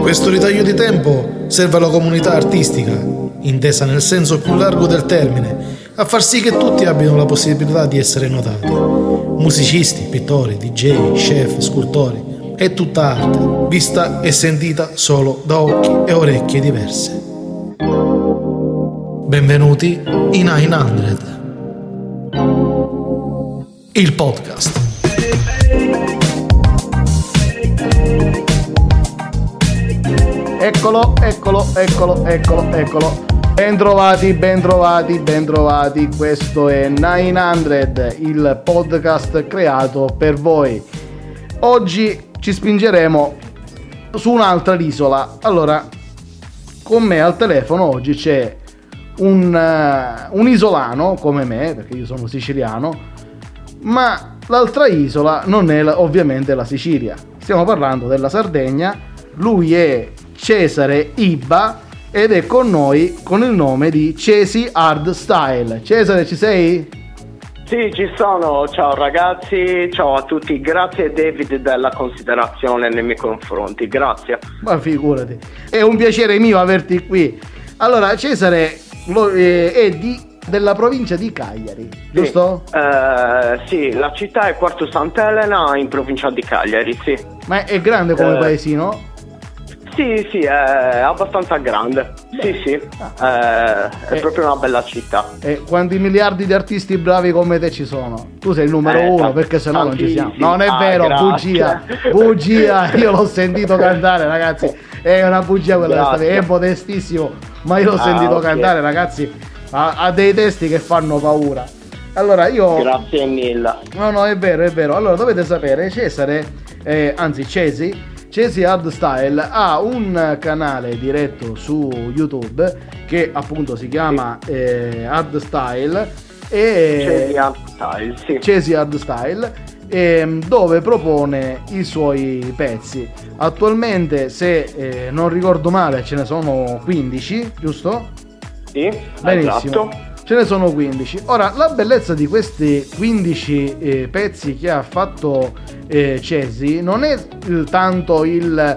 Questo ritaglio di tempo serve alla comunità artistica, intesa nel senso più largo del termine, a far sì che tutti abbiano la possibilità di essere notati. Musicisti, pittori, DJ, chef, scultori, è tutta arte, vista e sentita solo da occhi e orecchie diverse. Benvenuti in 900, il podcast. Eccolo. Bentrovati. Questo è 900, il podcast creato per voi. Oggi ci spingeremo su un'altra isola. Allora, con me al telefono oggi c'è un isolano come me, perché io sono siciliano, ma l'altra isola non è ovviamente la Sicilia. Stiamo parlando della Sardegna. Lui è Cesare Ibba ed è con noi con il nome di Cesi Hardstyle. Cesare, ci sei? Sì, ci sono. Ciao ragazzi, ciao a tutti. Grazie David della considerazione nei miei confronti, grazie. Ma figurati, è un piacere mio averti qui. Allora, Cesare è della provincia di Cagliari, giusto? Sì, la città è Quarto Sant'Elena in provincia di Cagliari, sì. Ma è grande come paesino? Sì, è abbastanza grande. Sì. È proprio una bella città. E quanti miliardi di artisti bravi come te ci sono? Tu sei il numero uno, perché sennò non ci siamo. Non è vero, bugia. Io l'ho sentito cantare, ragazzi. È una bugia quella che è modestissimo, ma io l'ho sentito cantare, ragazzi. Ha dei testi che fanno paura. Allora io... Grazie mille. No, è vero. Allora dovete sapere, Cesare, Cesi Hardstyle ha un canale diretto su YouTube che appunto si chiama Hardstyle Cesi Hardstyle, sì. Cesi Hardstyle, dove propone i suoi pezzi. Attualmente, se non ricordo male, ce ne sono 15, giusto? Sì, benissimo. Esatto. Ce ne sono 15. Ora, la bellezza di questi 15 pezzi che ha fatto Cesi non è tanto il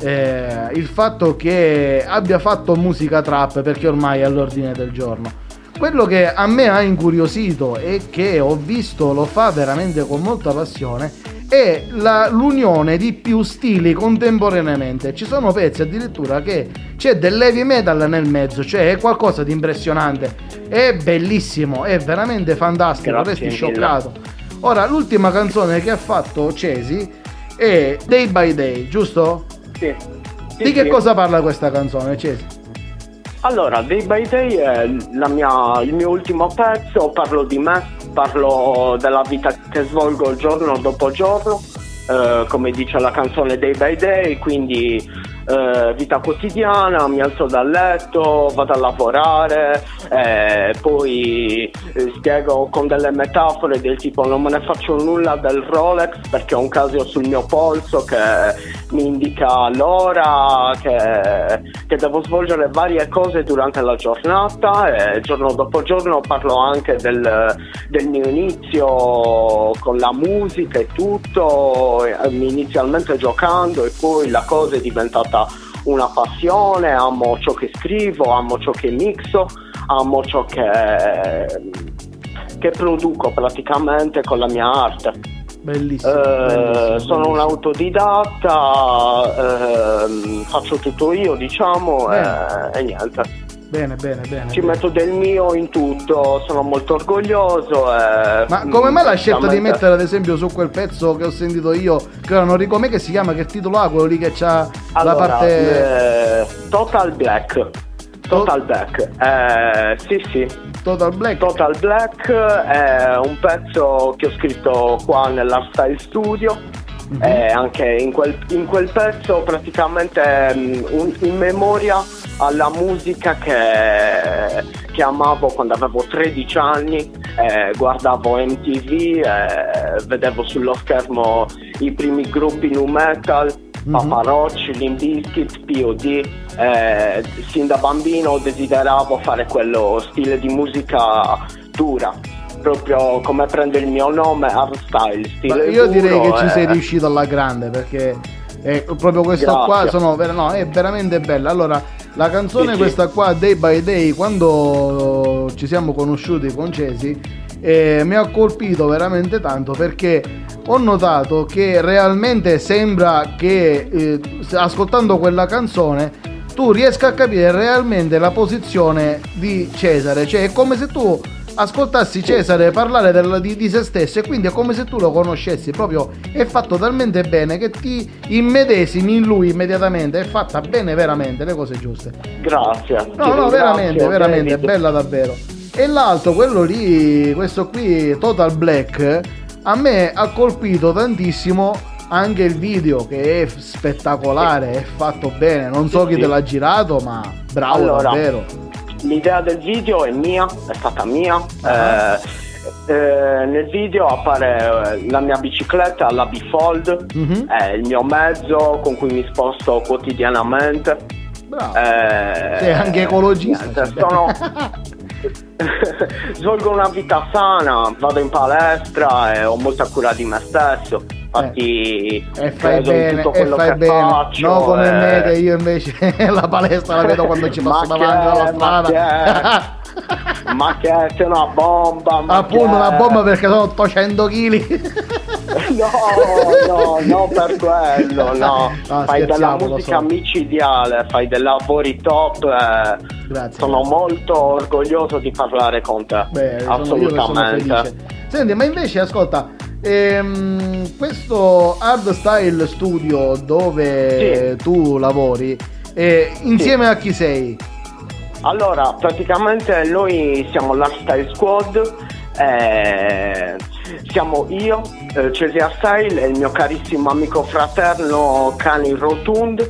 fatto che abbia fatto musica trap, perché ormai è all'ordine del giorno. Quello che a me ha incuriosito e che ho visto lo fa veramente con molta passione è l'unione di più stili contemporaneamente. Ci sono pezzi addirittura che c'è dell'heavy metal nel mezzo, cioè è qualcosa di impressionante, è bellissimo, è veramente fantastico. Resti scioccato. Ora, l'ultima canzone che ha fatto Cesi è Day by Day, giusto? Sì. Di che cosa parla questa canzone, Cesi? Allora, Day by Day è il mio ultimo pezzo. Parlo di me, parlo della vita che svolgo giorno dopo giorno, come dice la canzone Day by Day, quindi vita quotidiana, mi alzo dal letto, vado a lavorare, poi spiego con delle metafore del tipo non me ne faccio nulla del Rolex perché ho un Casio sul mio polso che mi indica l'ora, che devo svolgere varie cose durante la giornata, e giorno dopo giorno parlo anche del mio inizio con la musica e tutto, inizialmente giocando e poi la cosa è diventata una passione. Amo ciò che scrivo, amo ciò che mixo, amo ciò che produco praticamente con la mia arte. Bellissimo. Sono un autodidatta, faccio tutto io, diciamo, e niente. Bene. Ci metto del mio in tutto, sono molto orgoglioso. Ma come mai la scelta di mettere ad esempio su quel pezzo che ho sentito io, che ora non ricordo che si chiama, che titolo ha, quello lì che c'ha la parte Total Black. Sì. Total Black è un pezzo che ho scritto qua nell'Hardstyle Studio. Anche in quel pezzo praticamente in memoria alla musica che amavo quando avevo 13 anni, guardavo MTV, vedevo sullo schermo i primi gruppi nu metal, Papa Roach, Limp Bizkit, POD. Sin da bambino desideravo fare quello stile di musica dura, proprio come prende il mio nome, hardstyle, stile io duro. direi che ci sei riuscito alla grande, perché proprio questo qua Grazie. no, è veramente bella. Allora, la canzone Sì. questa qua, Day by Day, quando ci siamo conosciuti con Cesi, mi ha colpito veramente tanto, perché ho notato che realmente sembra che ascoltando quella canzone tu riesca a capire realmente la posizione di Cesare, cioè è come se tu ascoltassi Cesare parlare di se stesso, e quindi è come se tu lo conoscessi proprio. È fatto talmente bene che ti immedesimi in lui immediatamente, è fatta bene veramente, le cose giuste. Grazie. No, veramente, Ringrazio, veramente, è David. bella davvero. E l'altro, quello lì, questo qui, Total Black, a me ha colpito tantissimo anche il video, che è spettacolare, è fatto bene. Non so chi Sì. te l'ha girato, ma bravo, Allora, davvero. l'idea del video è mia, è stata mia. Nel video appare la mia bicicletta, la B-Fold, Mhm. è il mio mezzo con cui mi sposto quotidianamente. Bravo. Sei anche ecologista. niente, svolgo una vita sana, vado in palestra e ho molta cura di me stesso. Infatti E fai credo in bene, tutto e quello fai che bene. faccio, No, come me, che io invece la palestra la vedo quando ci passo davanti alla strada. Ma che è una bomba, ma Appunto, che una è? bomba, perché sono 800 kg. No, non per quello, no. Fai della scherziamo, lo musica so. micidiale, fai dei lavori top. Grazie. Sono molto orgoglioso di parlare con te. Beh, io che sono assolutamente. felice. Senti, ma invece ascolta, questo Hardstyle Studio dove tu lavori, insieme a chi sei? Allora, praticamente noi siamo l'Hardstyle Squad, siamo io, Cesi Hardstyle e il mio carissimo amico fraterno Cani Rotund,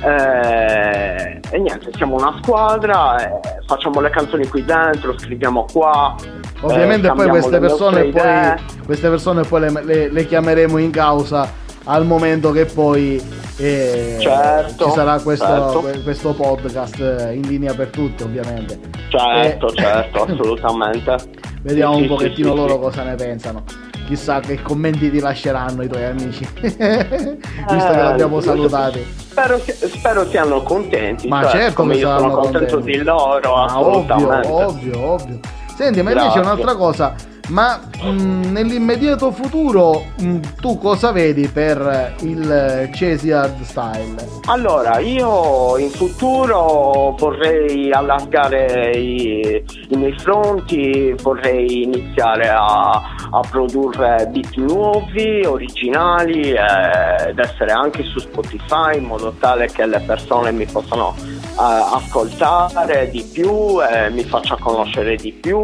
e niente, siamo una squadra, facciamo le canzoni qui dentro, scriviamo qua. Ovviamente poi cambiamo queste le nostre persone poi le chiameremo in causa al momento che poi Certo, ci sarà certo. questo podcast in linea per tutti, ovviamente. Certo, assolutamente. Vediamo Sì, un sì, pochettino sì, loro sì. cosa ne pensano. Chissà che commenti ti lasceranno i tuoi amici, visto che l'abbiamo salutati. Spero siano contenti. Ma cioè, certo come che io sono saranno contento contenti. di loro, Ma assolutamente. ovvio. Senti, ma invece Grazie. un'altra cosa, ma nell'immediato futuro tu cosa vedi per il Cesi Hardstyle? Allora, io in futuro vorrei allargare i miei fronti, vorrei iniziare a produrre beat nuovi, originali, ed essere anche su Spotify, in modo tale che le persone mi possano ascoltare di più, mi faccia conoscere di più.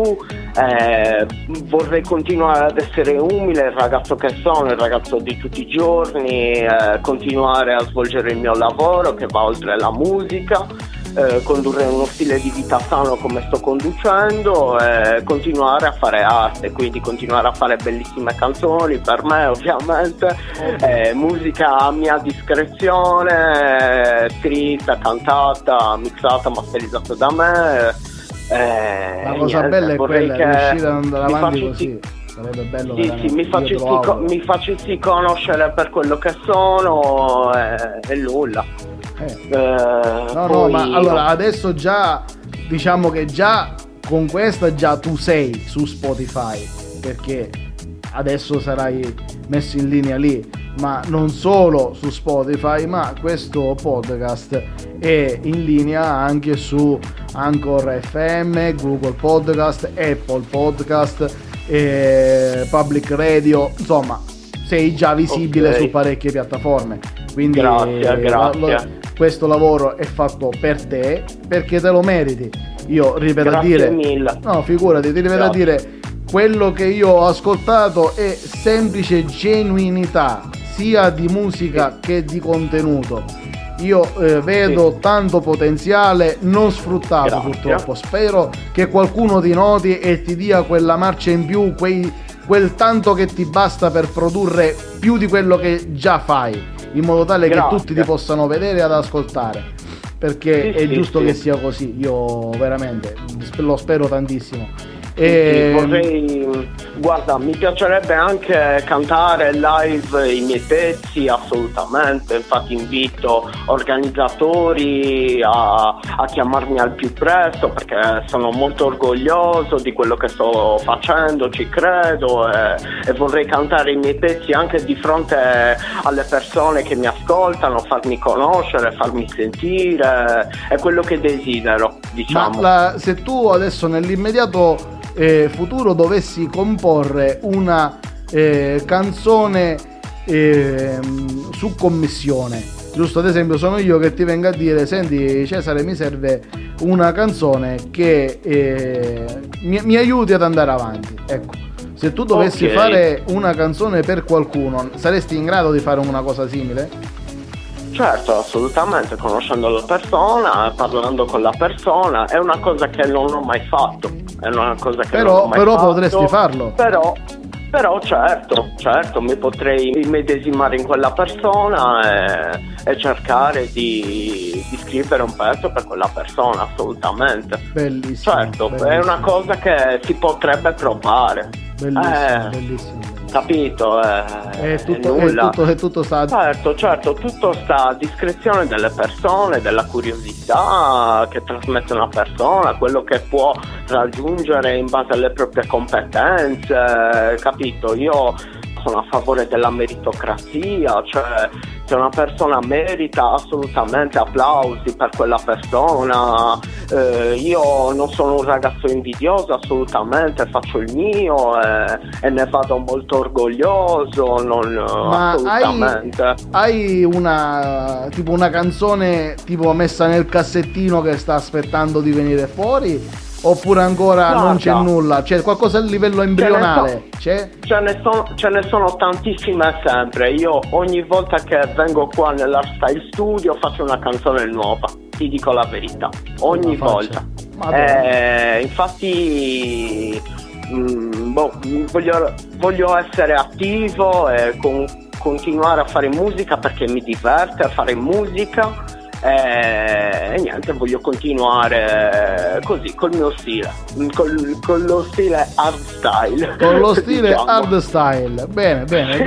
Vorrei continuare ad essere umile, il ragazzo che sono, il ragazzo di tutti i giorni, continuare a svolgere il mio lavoro che va oltre la musica, condurre uno stile di vita sano come sto conducendo, continuare a fare arte, quindi continuare a fare bellissime canzoni per me, ovviamente, musica a mia discrezione, scritta, cantata, mixata, masterizzata da me. La cosa bella è quella, riuscire ad andare avanti così. Sarebbe bello veramente. Sì, mi facessi conoscere per quello che sono, e nulla. No, ma allora adesso già diciamo che già con questa già tu sei su Spotify, perché adesso sarai messo in linea lì, ma non solo su Spotify, ma questo podcast è in linea anche su Anchor FM, Google Podcast, Apple Podcast, Public Radio, insomma sei già visibile su parecchie piattaforme, quindi grazie. questo lavoro è fatto per te, perché te lo meriti. Io ripeto a dire, mille. no, figurati, ti ripeto a dire, quello che io ho ascoltato è semplice genuinità, sia di musica che di contenuto. Io vedo tanto potenziale non sfruttato, purtroppo. Spero che qualcuno ti noti e ti dia quella marcia in più, quel tanto che ti basta per produrre più di quello che già fai, in modo tale che tutti ti possano vedere ed ascoltare, perché è giusto che sia così. Io veramente lo spero tantissimo. Guarda, mi piacerebbe anche cantare live i miei pezzi, assolutamente. Infatti invito organizzatori a chiamarmi al più presto, perché sono molto orgoglioso di quello che sto facendo, ci credo, e vorrei cantare i miei pezzi anche di fronte alle persone che mi ascoltano, farmi conoscere, farmi sentire, è quello che desidero, diciamo. Ma se tu adesso nell'immediato futuro dovessi comporre una canzone su commissione, giusto, ad esempio sono io che ti vengo a dire: senti Cesare, mi serve una canzone che mi aiuti ad andare avanti, ecco, se tu dovessi fare una canzone per qualcuno, saresti in grado di fare una cosa simile? Certo, assolutamente, conoscendo la persona, parlando con la persona, è una cosa che non ho mai fatto, è una cosa che non ho mai però fatto, potresti farlo. Però certo, mi potrei immedesimare in quella persona e cercare di scrivere un pezzo per quella persona, assolutamente. Bellissimo. Certo, bellissimo. È una cosa che si potrebbe provare. Bellissimo. Capito? È tutto sta. Certo, tutto sta a discrezione delle persone, della curiosità che trasmette una persona, quello che può raggiungere in base alle proprie competenze, capito? Io sono a favore della meritocrazia, cioè se una persona merita, assolutamente applausi per quella persona. Io non sono un ragazzo invidioso, assolutamente, faccio il mio e ne vado molto orgoglioso. Ma assolutamente. Hai una canzone tipo messa nel cassettino che sta aspettando di venire fuori? Oppure ancora non c'è nulla? C'è qualcosa a livello embrionale? Ce ne sono tantissime sempre. Io ogni volta che vengo qua nell'Artstyle Studio faccio una canzone nuova, ti dico la verità, ogni volta. Infatti voglio essere attivo e continuare a fare musica, perché mi diverte fare musica. E niente, voglio continuare così col mio stile, con lo stile hardstyle. Con lo stile diciamo. hardstyle. Bene.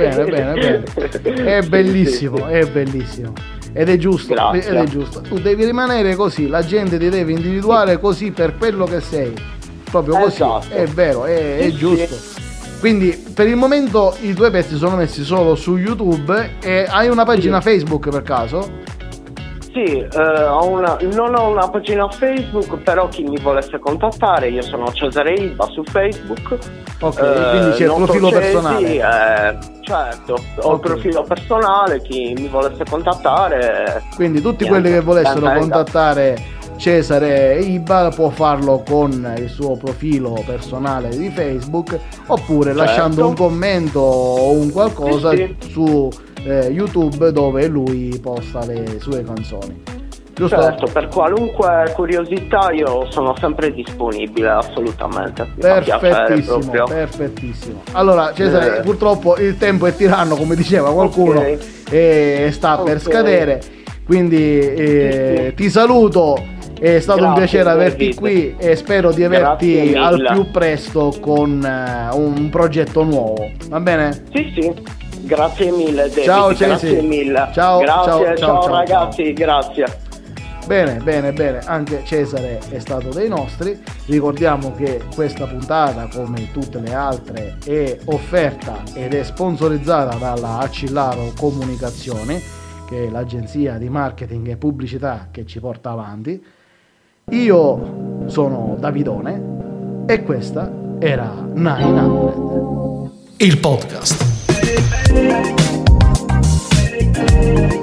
È bellissimo, è bellissimo. Ed è giusto, Tu devi rimanere così, la gente ti deve individuare così per quello che sei. Proprio così, esatto. È vero, è giusto. Quindi per il momento i tuoi pezzi sono messi solo su YouTube. E hai una pagina Facebook per caso? Sì, non ho una pagina Facebook, però chi mi volesse contattare, io sono Cesare Ilba su Facebook. Ok, quindi c'è il profilo personale. Certo, ho il profilo personale, chi mi volesse contattare. Quindi tutti quelli che volessero contattare Cesare Ilba può farlo con il suo profilo personale di Facebook, oppure lasciando un commento o un qualcosa su YouTube, dove lui posta le sue canzoni. Giusto? Certo, per qualunque curiosità io sono sempre disponibile, assolutamente. Perfettissimo. Allora Cesare, purtroppo il tempo è tiranno, come diceva qualcuno, e sta per scadere, quindi ti saluto. È stato un piacere averti qui e spero di averti al più presto con un progetto nuovo. Va bene? Sì. Grazie mille, David. Ciao Cesi. Grazie mille. Ciao Ragazzi, grazie. Bene, anche Cesare è stato dei nostri. Ricordiamo che questa puntata, come tutte le altre, è offerta ed è sponsorizzata dalla Accillaro Comunicazione, che è l'agenzia di marketing e pubblicità che ci porta avanti. Io sono Davidone e questa era 900, il podcast.